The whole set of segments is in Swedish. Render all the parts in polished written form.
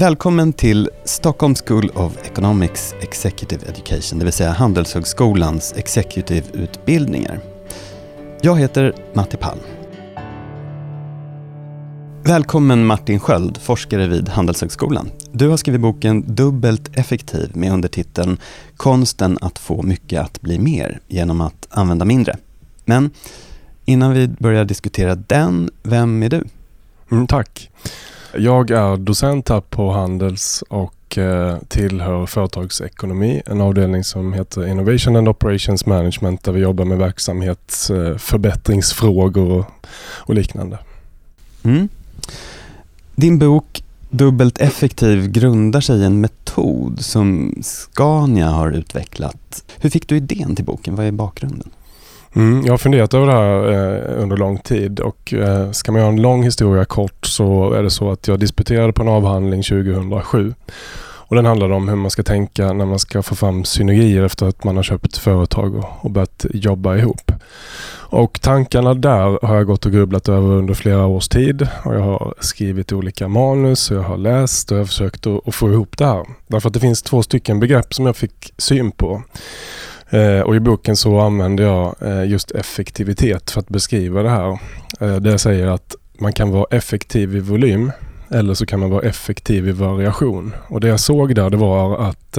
Välkommen till Stockholm School of Economics Executive Education, det vill säga Handelshögskolans executive-utbildningar. Jag heter Matti Palm. Välkommen Martin Sköld, forskare vid Handelshögskolan. Du har skrivit boken Dubbelt effektiv med undertiteln Konsten att få mycket att bli mer genom att använda mindre. Men innan vi börjar diskutera den, vem är du? Tack. Jag är docent här på Handels och tillhör företagsekonomi, en avdelning som heter Innovation and Operations Management där vi jobbar med verksamhetsförbättringsfrågor och liknande. Din bok Dubbelt effektiv grundar sig i en metod som Scania har utvecklat. Hur fick du idén till boken? Vad är bakgrunden? Jag har funderat över det här under lång tid och ska man göra en lång historia kort så är det så att jag disputerade på en avhandling 2007 och den handlade om hur man ska tänka när man ska få fram synergier efter att man har köpt företag och börjat jobba ihop. Och tankarna där har jag gått och grubblat över under flera års tid och jag har skrivit olika manus och jag har läst och jag har försökt att få ihop det här. Därför att det finns 2 stycken begrepp som jag fick syn på. Och i boken så använder jag just effektivitet för att beskriva det här. Det jag säger att man kan vara effektiv i volym eller så kan man vara effektiv i variation. Och det jag såg där det var att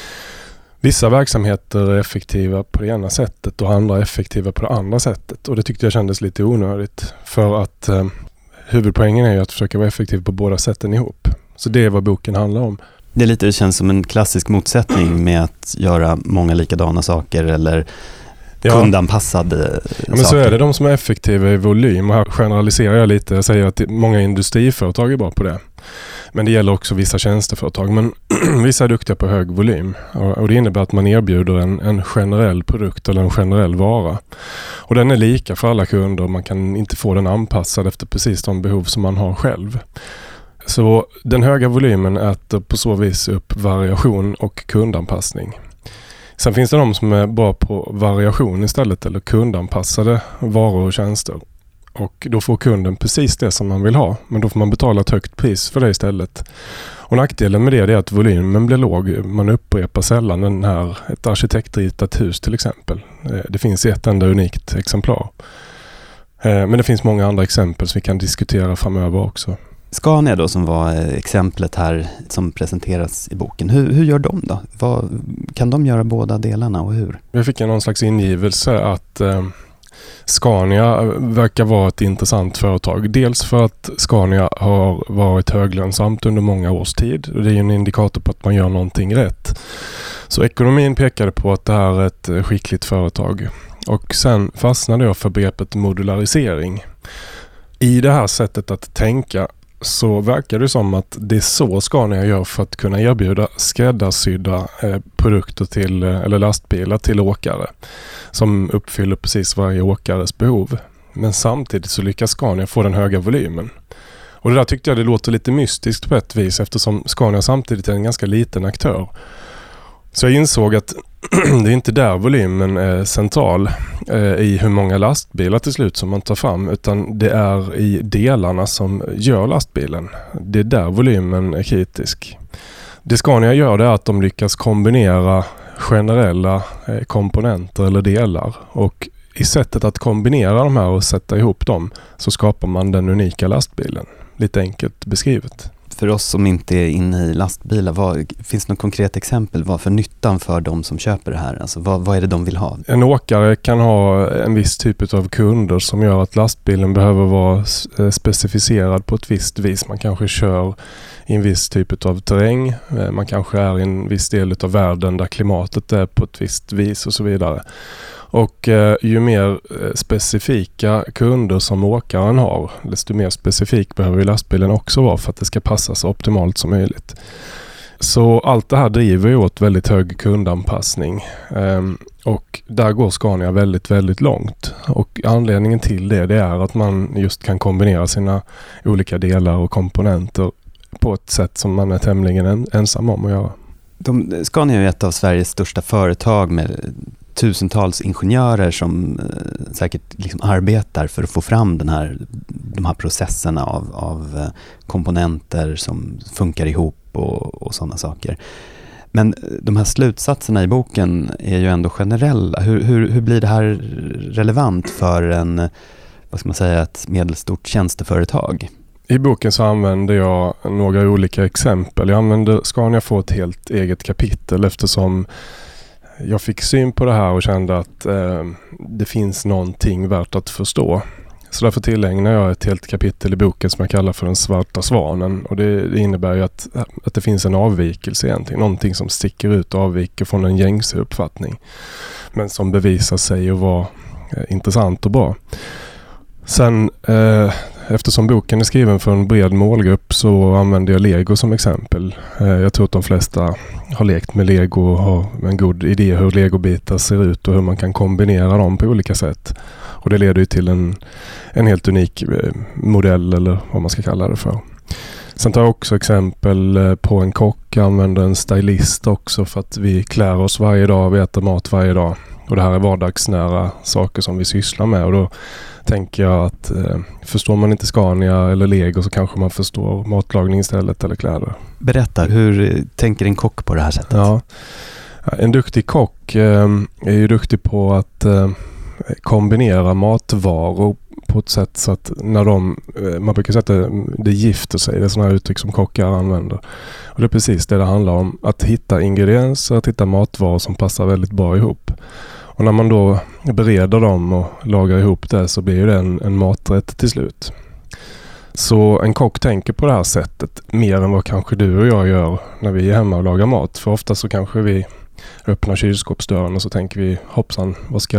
vissa verksamheter är effektiva på det ena sättet och andra är effektiva på det andra sättet. Och det tyckte jag kändes lite onödigt för att huvudpoängen är ju att försöka vara effektiv på båda sätten ihop. Så det är vad boken handlar om. Det känns som en klassisk motsättning med att göra många likadana saker eller kundanpassade saker. Men så är det de som är effektiva i volym. Och här generaliserar jag lite. Jag säger att många industriföretag är bra på det. Men det gäller också vissa tjänsteföretag. Men vissa är duktiga på hög volym. Och det innebär att man erbjuder en generell produkt eller en generell vara. Och den är lika för alla kunder. Man kan inte få den anpassad efter precis de behov som man har själv. Så den höga volymen äter på så vis upp variation och kundanpassning. Sen finns det de som är bra på variation istället eller kundanpassade varor och tjänster. Och då får kunden precis det som man vill ha, men då får man betala ett högt pris för det istället. Och nackdelen med det är att volymen blir låg. Man upprepar sällan ett arkitektritat hus till exempel. Det finns ett enda unikt exemplar. Men det finns många andra exempel som vi kan diskutera framöver också. Scania då som var exemplet här som presenteras i boken. Hur gör de då? Kan de göra båda delarna och hur? Jag fick någon slags ingivelse att Scania verkar vara ett intressant företag. Dels för att Scania har varit höglönsamt under många års tid. Och det är ju en indikator på att man gör någonting rätt. Så ekonomin pekade på att det här är ett skickligt företag. Och sen fastnade jag för begreppet modularisering. I det här sättet att tänka så verkar det som att det är så Scania gör för att kunna erbjuda skräddarsydda produkter eller lastbilar till åkare som uppfyller precis varje åkares behov. Men samtidigt så lyckas Scania få den höga volymen. Och det där tyckte jag det låter lite mystiskt på ett vis eftersom Scania samtidigt är en ganska liten aktör. Så jag insåg att det är inte där volymen är central i hur många lastbilar till slut som man tar fram utan det är i delarna som gör lastbilen. Det är där volymen är kritisk. Det Scania gör det är att de lyckas kombinera generella komponenter eller delar och i sättet att kombinera de här och sätta ihop dem så skapar man den unika lastbilen. Lite enkelt beskrivet. För oss som inte är inne i lastbilar, finns det något konkret exempel? Vad för nyttan för de som köper det här? Alltså, vad är det de vill ha? En åkare kan ha en viss typ av kunder som gör att lastbilen behöver vara specificerad på ett visst vis. Man kanske kör i en viss typ av terräng. Man kanske är i en viss del av världen där klimatet är på ett visst vis och så vidare. Och ju mer specifika kunder som åkaren har, desto mer specifik behöver lastbilen också vara för att det ska passa så optimalt som möjligt. Så allt det här driver ju åt väldigt hög kundanpassning och där går Scania väldigt, väldigt långt. Och anledningen till det är att man just kan kombinera sina olika delar och komponenter på ett sätt som man är tämligen ensam om att göra. Scania är ju ett av Sveriges största företag med tusentals ingenjörer som säkert liksom arbetar för att få fram de här processerna av komponenter som funkar ihop och sådana saker. Men de här slutsatserna i boken är ju ändå generella. Hur blir det här relevant för ett medelstort tjänsteföretag? I boken så använder jag några olika exempel. Jag använder Scania få ett helt eget kapitel eftersom jag fick syn på det här och kände att det finns någonting värt att förstå. Så därför tillägnar jag ett helt kapitel i boken som jag kallar för den svarta svanen. Och det innebär ju att det finns en avvikelse egentligen. Någonting som sticker ut och avviker från en gängse uppfattning. Men som bevisar sig att vara intressant och bra. Sen eftersom boken är skriven för en bred målgrupp så använder jag Lego som exempel. Jag tror att de flesta har lekt med Lego och har en god idé hur Lego-bitar ser ut och hur man kan kombinera dem på olika sätt. Och det leder ju till en helt unik modell eller vad man ska kalla det för. Sen tar jag också exempel på en kock. Jag använder en stylist också för att vi klär oss varje dag, vi äter mat varje dag. Och det här är vardagsnära saker som vi sysslar med och då tänker jag att förstår man inte Scania eller Lego så kanske man förstår matlagning istället eller kläder. Berätta, hur tänker en kock på det här sättet? Ja, en duktig kock är ju duktig på att kombinera matvaror på ett sätt så att när man brukar säga att det gifter sig, det är sådana här uttryck som kockar använder. Och det är precis det handlar om, att hitta ingredienser, att hitta matvaror som passar väldigt bra ihop. Och när man då bereder dem och lagar ihop det så blir det en maträtt till slut. Så en kock tänker på det här sättet mer än vad kanske du och jag gör när vi är hemma och lagar mat. För ofta så kanske vi öppnar kylskåpsdörren och så tänker vi hoppsan,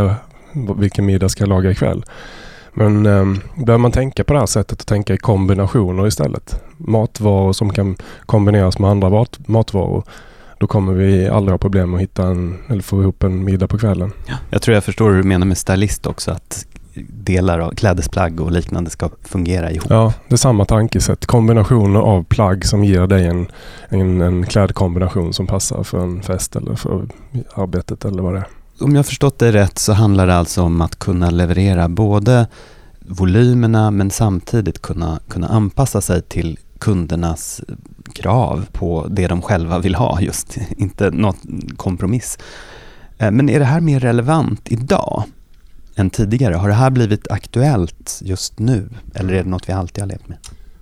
vilken middag ska jag laga ikväll? Men bör man tänka på det här sättet och tänka i kombinationer istället. Matvaror som kan kombineras med andra matvaror. Då kommer vi aldrig ha problem att hitta eller få ihop en middag på kvällen. Ja, jag tror jag förstår hur du menar med stylist också. Att delar av klädesplagg och liknande ska fungera ihop. Ja, det är samma tankesätt. Kombinationer av plagg som ger dig en klädkombination som passar för en fest eller för arbetet eller vad det är. Om jag har förstått det rätt så handlar det alltså om att kunna leverera både volymerna men samtidigt kunna anpassa sig till kundernas krav på det de själva vill ha, just inte något kompromiss. Men är det här mer relevant idag än tidigare? Har det här blivit aktuellt just nu eller är det något vi alltid har levt med?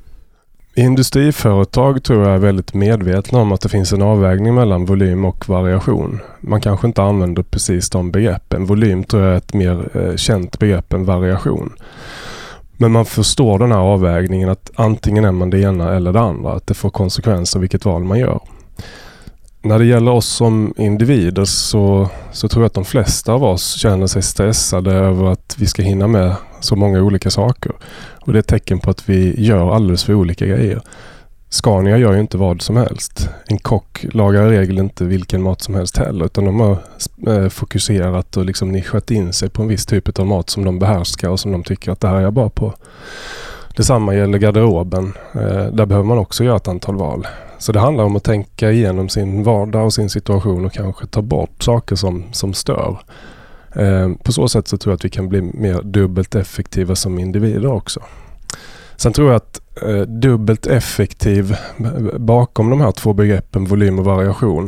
Industriföretag tror jag är väldigt medvetna om att det finns en avvägning mellan volym och variation. Man kanske inte använder precis de begreppen. Volym tror jag är ett mer känt begrepp än variation. Men man förstår den här avvägningen att antingen är man det ena eller det andra. Att det får konsekvenser vilket val man gör. När det gäller oss som individer så tror jag att de flesta av oss känner sig stressade över att vi ska hinna med så många olika saker. Och det är ett tecken på att vi gör alldeles för olika grejer. Scania gör ju inte vad som helst. En kock lagar i regel inte vilken mat som helst heller. Utan de har fokuserat och liksom nischat in sig på en viss typ av mat som de behärskar och som de tycker att det här är jag bra på. Detsamma gäller garderoben. Där behöver man också göra ett antal val. Så det handlar om att tänka igenom sin vardag och sin situation och kanske ta bort saker som stör. På så sätt så tror jag att vi kan bli mer dubbelt effektiva som individer också. Sen tror jag att dubbelt effektiv bakom de här två begreppen volym och variation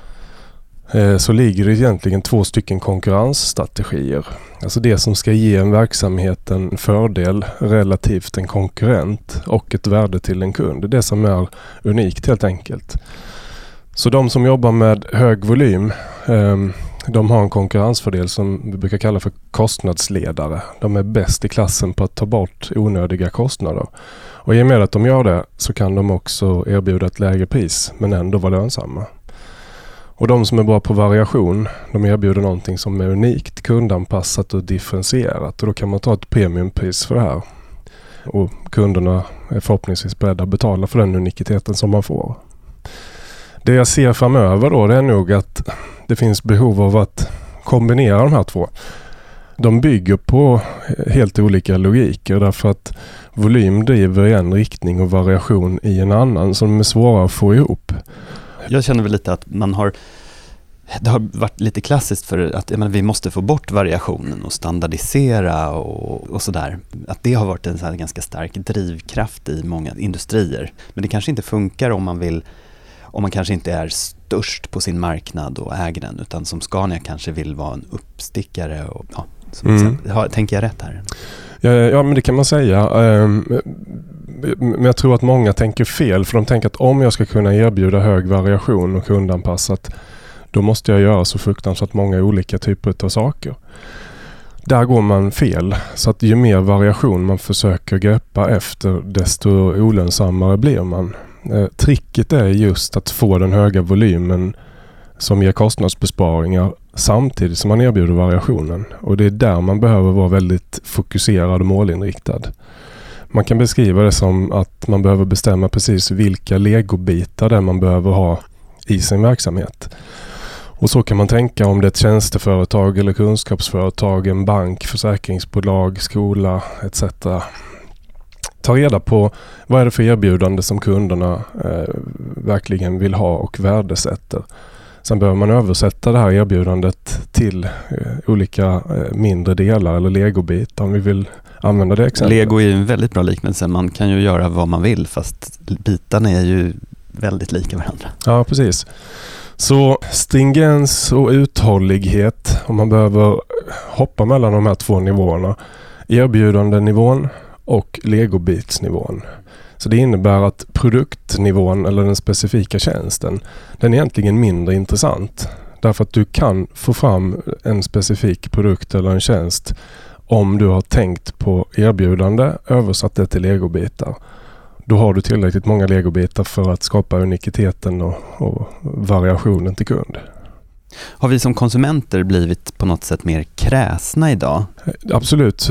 så ligger det egentligen 2 stycken konkurrensstrategier. Alltså det som ska ge en verksamhet en fördel relativt en konkurrent och ett värde till en kund. Det är det som är unikt helt enkelt. Så de som jobbar med hög volym de har en konkurrensfördel som vi brukar kalla för kostnadsledare. De är bäst i klassen på att ta bort onödiga kostnader. Och i och med att de gör det så kan de också erbjuda ett lägre pris men ändå vara lönsamma. Och de som är bra på variation, de erbjuder någonting som är unikt, kundanpassat och differentierat. Och då kan man ta ett premiumpris för det här. Och kunderna är förhoppningsvis beredda att betala för den unikiteten som man får. Det jag ser framöver då, det är nog att det finns behov av att kombinera de här två. De bygger på helt olika logiker därför att volym driver i en riktning och variation i en annan som är svårare att få ihop. Jag känner väl lite att man har det har varit lite klassiskt för att vi måste få bort variationen och standardisera och sådär. Att det har varit en så här ganska stark drivkraft i många industrier. Men det kanske inte funkar om man kanske inte är störst på sin marknad och äger den, utan som Scania kanske vill vara en uppstickare. Och, tänker jag rätt här? Ja, men det kan man säga. Men jag tror att många tänker fel, för de tänker att om jag ska kunna erbjuda hög variation och kundanpassat, då måste jag göra så fruktansvärt många olika typer av saker. Där går man fel. Så att ju mer variation man försöker greppa efter, desto olönsammare blir man. Tricket är just att få den höga volymen som ger kostnadsbesparingar samtidigt som man erbjuder variationen. Och det är där man behöver vara väldigt fokuserad och målinriktad. Man kan beskriva det som att man behöver bestämma precis vilka legobitar det man behöver ha i sin verksamhet. Och så kan man tänka om det är ett tjänsteföretag eller kunskapsföretag, en bank, försäkringsbolag, skola etc. Ta reda på vad är det för erbjudande som kunderna verkligen vill ha och värdesätter. Sen behöver man översätta det här erbjudandet till olika mindre delar eller legobitar om vi vill använda det exemplet. Lego är ju en väldigt bra liknelse. Man kan ju göra vad man vill fast bitarna är ju väldigt lika varandra. Ja, precis. Så stringens och uthållighet, om man behöver hoppa mellan de här två nivåerna, erbjudandenivån och legobitsnivån. Så det innebär att produktnivån eller den specifika tjänsten, den är egentligen mindre intressant. Därför att du kan få fram en specifik produkt eller en tjänst om du har tänkt på erbjudande, översatt det till legobitar. Då har du tillräckligt många legobitar för att skapa unikiteten och variationen till kund. Har vi som konsumenter blivit på något sätt mer kräsna idag? Absolut.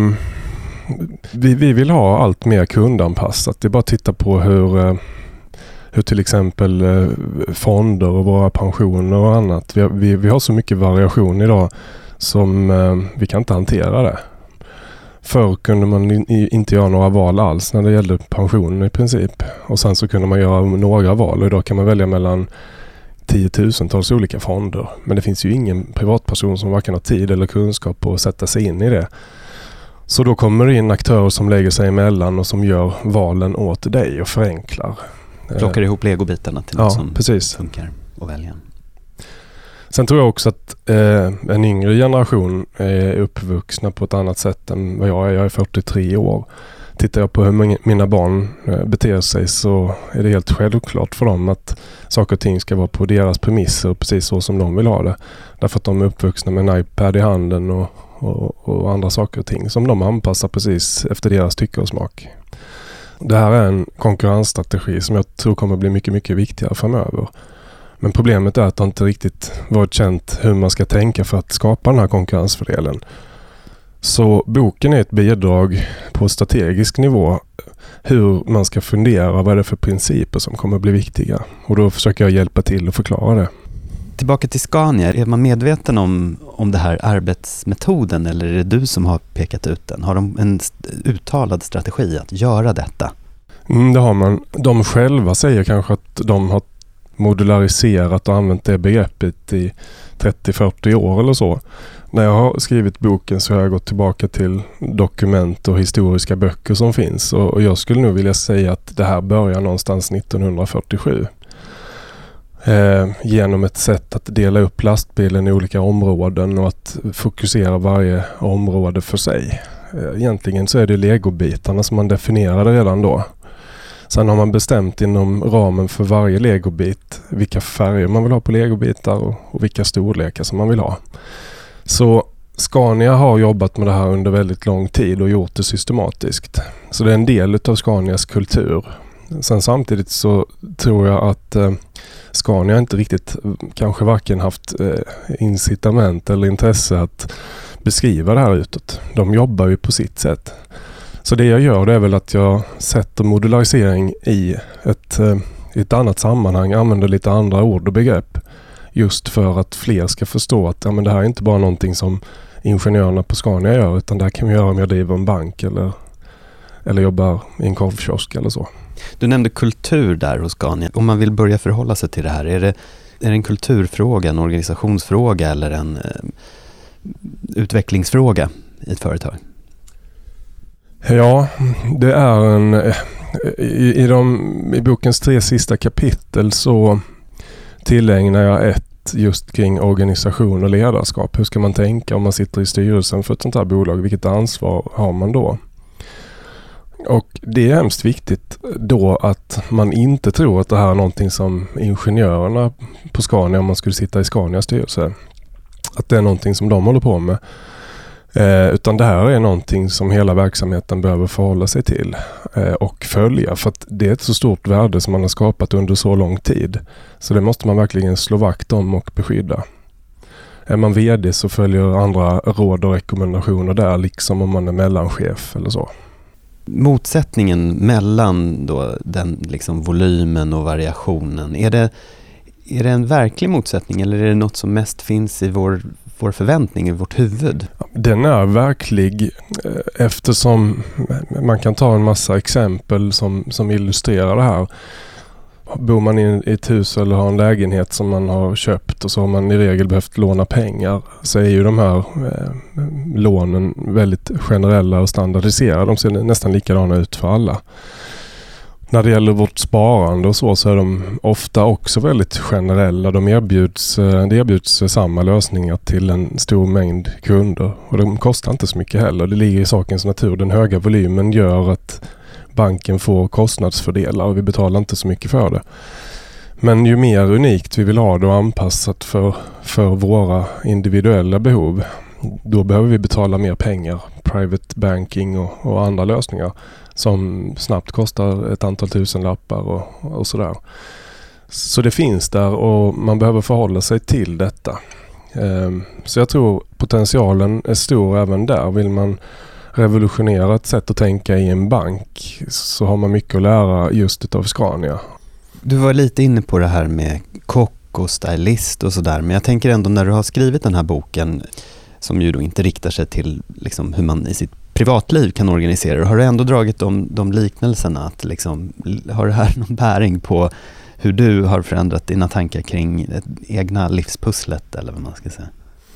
Vi vill ha allt mer kundanpassat. Det är bara att titta på hur till exempel fonder och våra pensioner och annat. Vi har så mycket variation idag som vi kan inte hantera det. Förr kunde man inte göra några val alls när det gällde pensionen i princip. Och sen så kunde man göra några val och idag kan man välja mellan 10,000-tals olika fonder. Men det finns ju ingen privatperson som varken har tid eller kunskap på att sätta sig in i det. Så då kommer det in aktörer som lägger sig emellan och som gör valen åt dig och förenklar. Plockar ihop legobitarna till något som funkar och välja. Sen tror jag också att en yngre generation är uppvuxna på ett annat sätt än vad jag är. Jag är 43 år. Tittar jag på hur mina barn beter sig så är det helt självklart för dem att saker och ting ska vara på deras premisser precis så som de vill ha det. Därför att de är uppvuxna med en iPad i handen och andra saker och ting som de anpassar precis efter deras tycke och smak. Det här är en konkurrensstrategi som jag tror kommer bli mycket, mycket viktigare framöver. Men problemet är att det inte riktigt varit känt hur man ska tänka för att skapa den här konkurrensfördelen. Så boken är ett bidrag på strategisk nivå hur man ska fundera vad det är för principer som kommer bli viktiga. Och då försöker jag hjälpa till att förklara det. Tillbaka till Scania, är man medveten om det här arbetsmetoden eller är det du som har pekat ut den? Har de en uttalad strategi att göra detta? Det har man. De själva säger kanske att de har modulariserat och använt det begreppet i 30-40 år eller så. När jag har skrivit boken så har jag gått tillbaka till dokument och historiska böcker som finns och jag skulle nog vilja säga att det här börjar någonstans 1947. Genom ett sätt att dela upp lastbilen i olika områden och att fokusera varje område för sig. Egentligen så är det legobitarna som man definierade redan då. Sen har man bestämt inom ramen för varje legobit vilka färger man vill ha på legobitar och vilka storlekar som man vill ha. Så Scania har jobbat med det här under väldigt lång tid och gjort det systematiskt. Så det är en del av Scanias kultur. Sen samtidigt så tror jag att Scania inte riktigt kanske varken haft incitament eller intresse att beskriva det här utåt. De jobbar ju på sitt sätt. Så det jag gör det är väl att jag sätter modularisering i ett annat sammanhang, använder lite andra ord och begrepp just för att fler ska förstå att men det här är inte bara någonting som ingenjörerna på Scania gör utan det här kan vi göra om jag driver en bank eller jobbar i en korvkiosk eller så. Du nämnde kultur där hos Scania. Om man vill börja förhålla sig till det här, är det Är det en kulturfråga, en organisationsfråga eller en utvecklingsfråga i ett företag? Ja, det är i bokens 3 sista kapitel så tillägnar jag ett just kring organisation och ledarskap. Hur ska man tänka om man sitter i styrelsen för ett sånt här bolag? Vilket ansvar har man då? Och det är hemskt viktigt då att man inte tror att det här är någonting som ingenjörerna på Scania, om man skulle sitta i Scanias styrelse, att det är någonting som de håller på med. Utan det här är någonting som hela verksamheten behöver förhålla sig till och följa, för att det är ett så stort värde som man har skapat under så lång tid. Så det måste man verkligen slå vakt om och beskydda. Är man vd så följer andra råd och rekommendationer där, liksom om man är mellanchef eller så. Motsättningen mellan då den liksom volymen och variationen, är det en verklig motsättning eller är det något som mest finns i vår förväntning, i vårt huvud? Den är verklig eftersom man kan ta en massa exempel som illustrerar det här. Bor man i ett hus eller har en lägenhet som man har köpt och så har man i regel behövt låna pengar, så är ju de här lånen väldigt generella och standardiserade. De ser nästan likadana ut för alla. När det gäller vårt sparande och så är de ofta också väldigt generella. Det erbjuds samma lösningar till en stor mängd kunder och de kostar inte så mycket heller. Det ligger i sakens natur. Den höga volymen gör att banken får kostnadsfördelar och vi betalar inte så mycket för det. Men ju mer unikt vi vill ha det och anpassat för våra individuella behov, då behöver vi betala mer pengar. Private banking och andra lösningar som snabbt kostar ett antal tusenlappar och sådär. Så det finns där och man behöver förhålla sig till detta. Så jag tror potentialen är stor även där. Vill man revolutionera ett sätt att tänka i en bank så har man mycket att lära just utav Scania. Du var lite inne på det här med kock och stylist och sådär, men jag tänker ändå när du har skrivit den här boken som ju då inte riktar sig till liksom hur man i sitt privatliv kan organisera det, har du ändå dragit de liknelserna att liksom, har det här någon bäring på hur du har förändrat dina tankar kring det egna livspusslet eller vad man ska säga?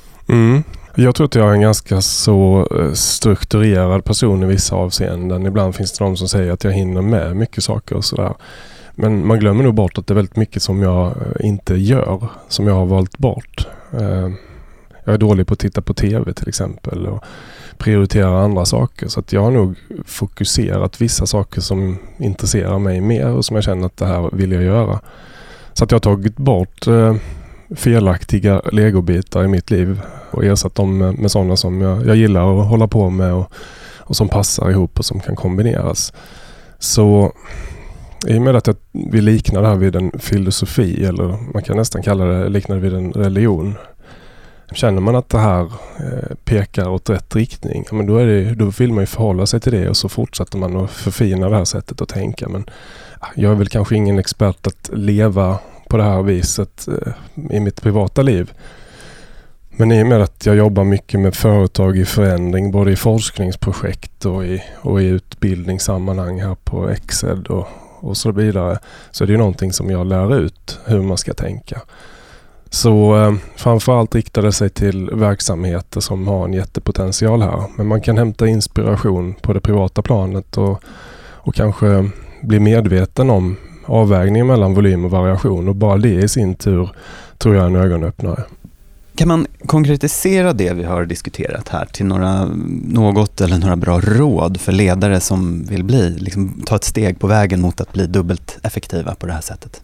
Jag tror att jag är en ganska så strukturerad person i vissa avseenden. Ibland finns det de som säger att jag hinner med mycket saker och sådär. Men man glömmer nog bort att det är väldigt mycket som jag inte gör, som jag har valt bort. Jag är dålig på att titta på tv till exempel och prioritera andra saker. Så att jag har nog fokuserat vissa saker som intresserar mig mer och som jag känner att det här vill jag göra. Så att jag har tagit bort felaktiga legobitar i mitt liv och ersatt dem med sådana som jag gillar att hålla på med och som passar ihop och som kan kombineras. Så i och med att vi liknar det här vid en filosofi, eller man kan nästan kalla det liknande vid en religion. Känner man att det här pekar åt rätt riktning, men då vill man ju förhålla sig till det och så fortsätter man att förfina det här sättet att tänka. Men jag är väl kanske ingen expert att leva på det här viset i mitt privata liv. Men i och med att jag jobbar mycket med företag i förändring, både i forskningsprojekt och i utbildningssammanhang här på Excel och så vidare, så är det ju någonting som jag lär ut hur man ska tänka. Så framförallt riktar det sig till verksamheter som har en jättepotential här. Men man kan hämta inspiration på det privata planet och kanske bli medveten om avvägningen mellan volym och variation. Och bara det i sin tur tror jag är en ögonöppnare. Kan man konkretisera det vi har diskuterat här till något eller några bra råd för ledare som vill ta ett steg på vägen mot att bli dubbelt effektiva på det här sättet?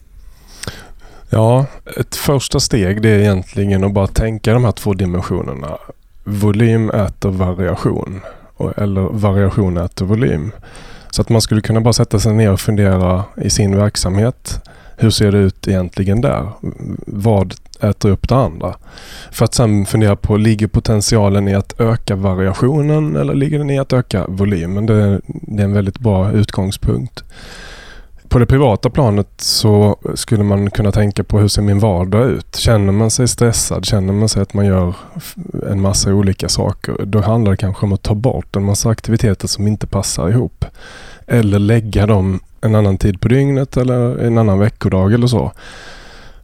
Ja, ett första steg det är egentligen att bara tänka de här 2 dimensionerna. Volym äter variation eller variation äter volym. Så att man skulle kunna bara sätta sig ner och fundera i sin verksamhet. Hur ser det ut egentligen där? Vad äter upp det andra? För att sen fundera på, ligger potentialen i att öka variationen eller ligger den i att öka volymen? Det är en väldigt bra utgångspunkt. På det privata planet så skulle man kunna tänka på hur ser min vardag ut? Känner man sig stressad? Känner man sig att man gör en massa olika saker? Då handlar det kanske om att ta bort en massa aktiviteter som inte passar ihop. Eller lägga dem en annan tid på dygnet eller en annan veckodag eller så.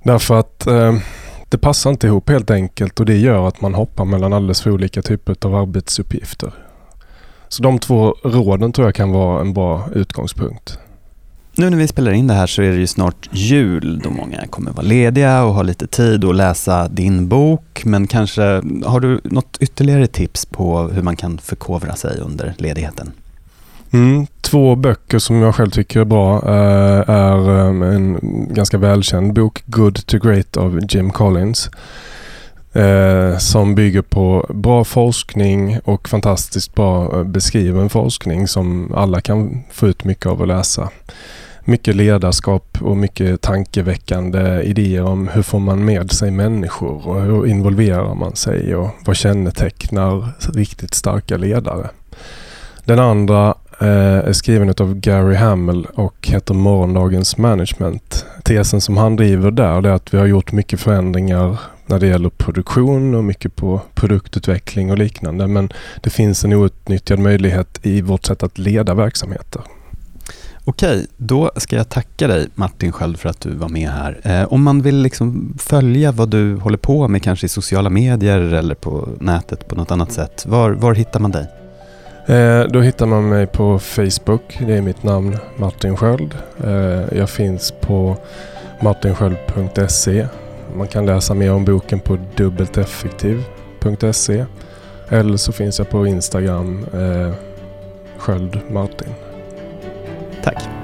Därför att det passar inte ihop helt enkelt, och det gör att man hoppar mellan alldeles för olika typer av arbetsuppgifter. Så de 2 råden tror jag kan vara en bra utgångspunkt. Nu när vi spelar in det här så är det ju snart jul då många kommer vara lediga och ha lite tid att läsa din bok. Men kanske har du något ytterligare tips på hur man kan förkovra sig under ledigheten? 2 böcker som jag själv tycker är bra är en ganska välkänd bok, Good to Great av Jim Collins. Som bygger på bra forskning och fantastiskt bra beskriven forskning som alla kan få ut mycket av att läsa. Mycket ledarskap och mycket tankeväckande idéer om hur får man med sig människor och hur involverar man sig och vad kännetecknar riktigt starka ledare. Den andra är skriven av Gary Hamel och heter Morgondagens management. Tesen som han driver där är att vi har gjort mycket förändringar när det gäller produktion och mycket på produktutveckling och liknande, men det finns en outnyttjad möjlighet i vårt sätt att leda verksamheter. Okej, då ska jag tacka dig Martin Sköld för att du var med här. Om man vill liksom följa vad du håller på med, kanske i sociala medier eller på nätet på något annat sätt, var hittar man dig? Då hittar man mig på Facebook, det är mitt namn Martin Sköld. Jag finns på martinsköld.se. Man kan läsa mer om boken på dubbelteffektiv.se, eller så finns jag på Instagram, Sköld Martin. Tack.